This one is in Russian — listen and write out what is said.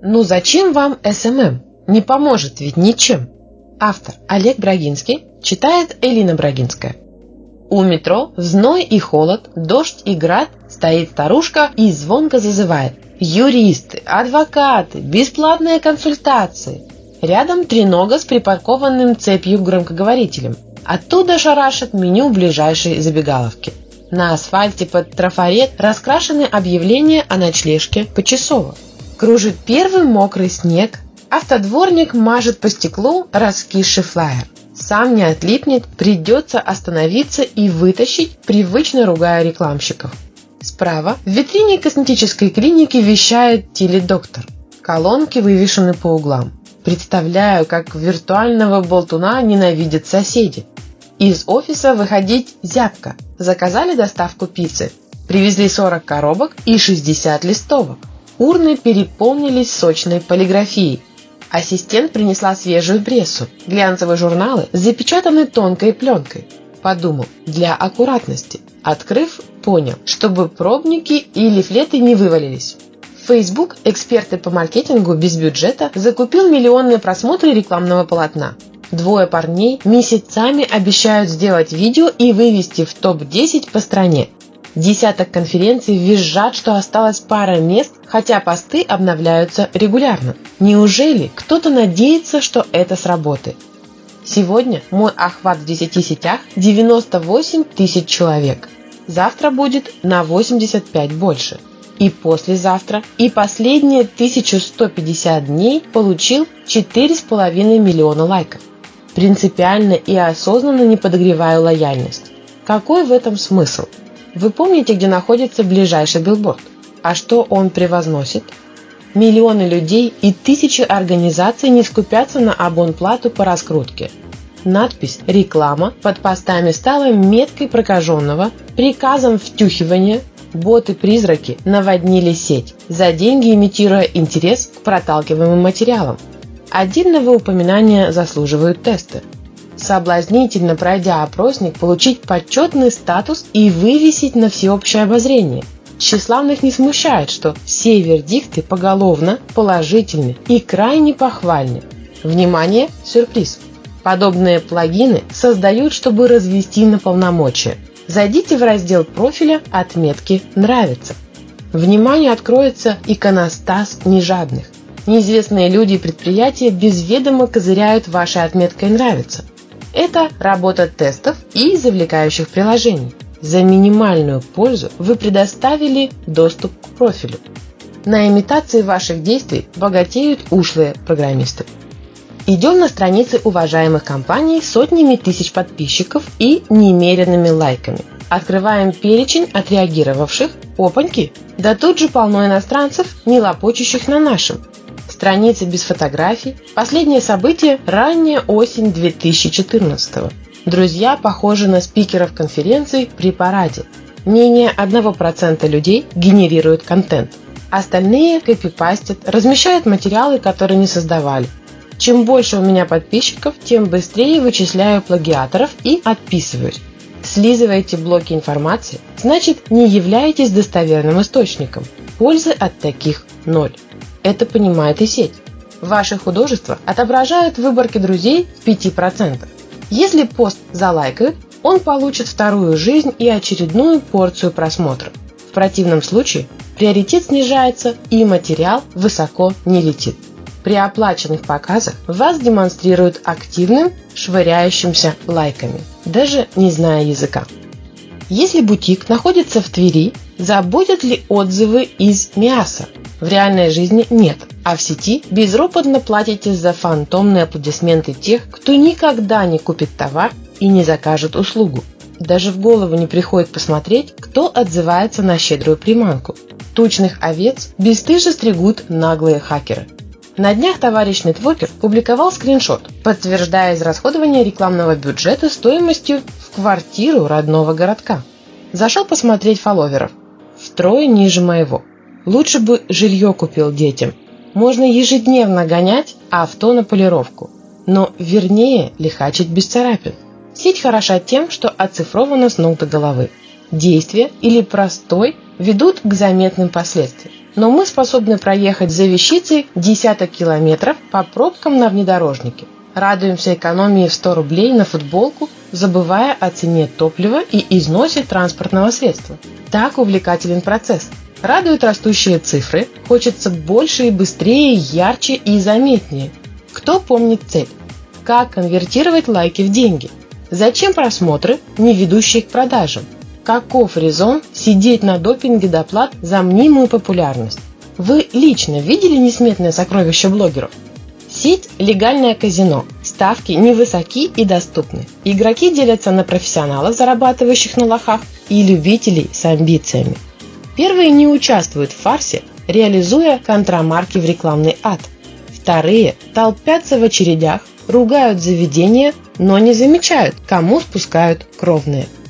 Ну зачем вам СММ? Не поможет ведь ничем. Автор Олег Брагинский, читает Элина Брагинская. У метро в зной и холод, дождь и град стоит старушка и звонко зазывает: юристы, адвокаты, бесплатные консультации. Рядом тренога с припаркованным цепью громкоговорителем. Оттуда шарашит меню ближайшей забегаловки. На асфальте под трафарет раскрашены объявления о ночлежке почасово. Кружит первый мокрый снег. Автодворник мажет по стеклу раскисший флаер. Сам не отлипнет, придется остановиться и вытащить, привычно ругая рекламщиков. Справа в витрине косметической клиники вещает теледоктор. Колонки вывешены по углам. Представляю, как виртуального болтуна ненавидят соседи. Из офиса выходить зябко. Заказали доставку пиццы. Привезли 40 коробок и 60 листовок. Урны переполнились сочной полиграфией. Ассистент принесла свежую прессу. Глянцевые журналы запечатаны тонкой пленкой. Подумал, для аккуратности. Открыв, понял, чтобы пробники и лифлеты не вывалились. Facebook, эксперты по маркетингу без бюджета, закупил миллионные просмотры рекламного полотна. Двое парней месяцами обещают сделать видео и вывести в топ-10 по стране. Десяток конференций визжат, что осталось пара мест, хотя посты обновляются регулярно. Неужели кто-то надеется, что это сработает? Сегодня мой охват в 10 сетях 98 тысяч человек. Завтра будет на 85 больше. И послезавтра, и последние 1150 дней получил 4,5 миллиона лайков. Принципиально и осознанно не подогреваю лояльность. Какой в этом смысл? Вы помните, где находится ближайший билборд? А что он превозносит? Миллионы людей и тысячи организаций не скупятся на абонплату по раскрутке. Надпись «Реклама» под постами стала меткой прокаженного, приказом втюхивания. Боты-призраки наводнили сеть, за деньги имитируя интерес к проталкиваемым материалам. Отдельного упоминания заслуживают тесты. Соблазнительно, пройдя опросник, получить почетный статус и вывесить на всеобщее обозрение. Тщеславных не смущает, что все вердикты поголовно положительны и крайне похвальны. Внимание, сюрприз! Подобные плагины создают, чтобы развести на полномочия. Зайдите в раздел профиля отметки «Нравится». Вниманию откроется иконостас нежадных. Неизвестные люди и предприятия без ведома козыряют вашей отметкой «Нравится». Это работа тестов и завлекающих приложений. За минимальную пользу вы предоставили доступ к профилю. На имитации ваших действий богатеют ушлые программисты. Идем на страницы уважаемых компаний с сотнями тысяч подписчиков и немеренными лайками. Открываем перечень отреагировавших. Опаньки! Да тут же полно иностранцев, не лопочущих на нашем. Страницы без фотографий. Последнее событие – ранняя осень 2014-го. Друзья похожи на спикеров конференций при параде. Менее 1% людей генерируют контент. Остальные копипастят, размещают материалы, которые не создавали. Чем больше у меня подписчиков, тем быстрее вычисляю плагиаторов и отписываюсь. Слизываете блоки информации, значит, не являетесь достоверным источником. Пользы от таких ноль. Это понимает и сеть. Ваши художества отображают в выборке друзей в 5%. Если пост залайкают, он получит вторую жизнь и очередную порцию просмотров. В противном случае приоритет снижается и материал высоко не летит. При оплаченных показах вас демонстрируют активным, швыряющимся лайками, даже не зная языка. Если бутик находится в Твери, заботят ли отзывы из Миаса? В реальной жизни нет, а в сети безропотно платите за фантомные аплодисменты тех, кто никогда не купит товар и не закажет услугу. Даже в голову не приходит посмотреть, кто отзывается на щедрую приманку. Тучных овец бесстыже стригут наглые хакеры. На днях товарищ нетворкер публиковал скриншот, подтверждая израсходование рекламного бюджета стоимостью в квартиру родного городка. Зашел посмотреть фолловеров. Втрое ниже моего. Лучше бы жилье купил детям. Можно ежедневно гонять авто на полировку. Но вернее лихачить без царапин. Сеть хороша тем, что оцифрована с ног до головы. Действия или простой ведут к заметным последствиям. но мы способны проехать за вещицей десяток километров по пробкам на внедорожнике. Радуемся экономии в 100 рублей на футболку, забывая о цене топлива и износе транспортного средства. Так увлекателен процесс. Радуют растущие цифры, хочется больше и быстрее, ярче и заметнее. Кто помнит цель? Как конвертировать лайки в деньги? Зачем просмотры, не ведущие к продажам? Каков резон сидеть на допинге доплат за мнимую популярность? Вы лично видели несметное сокровище блогеров? Сеть – легальное казино. Ставки невысоки и доступны. Игроки делятся на профессионалов, зарабатывающих на лохах, и любителей с амбициями. Первые не участвуют в фарсе, реализуя контрамарки в рекламный ад. Вторые толпятся в очередях, ругают заведения, но не замечают, кому спускают кровные.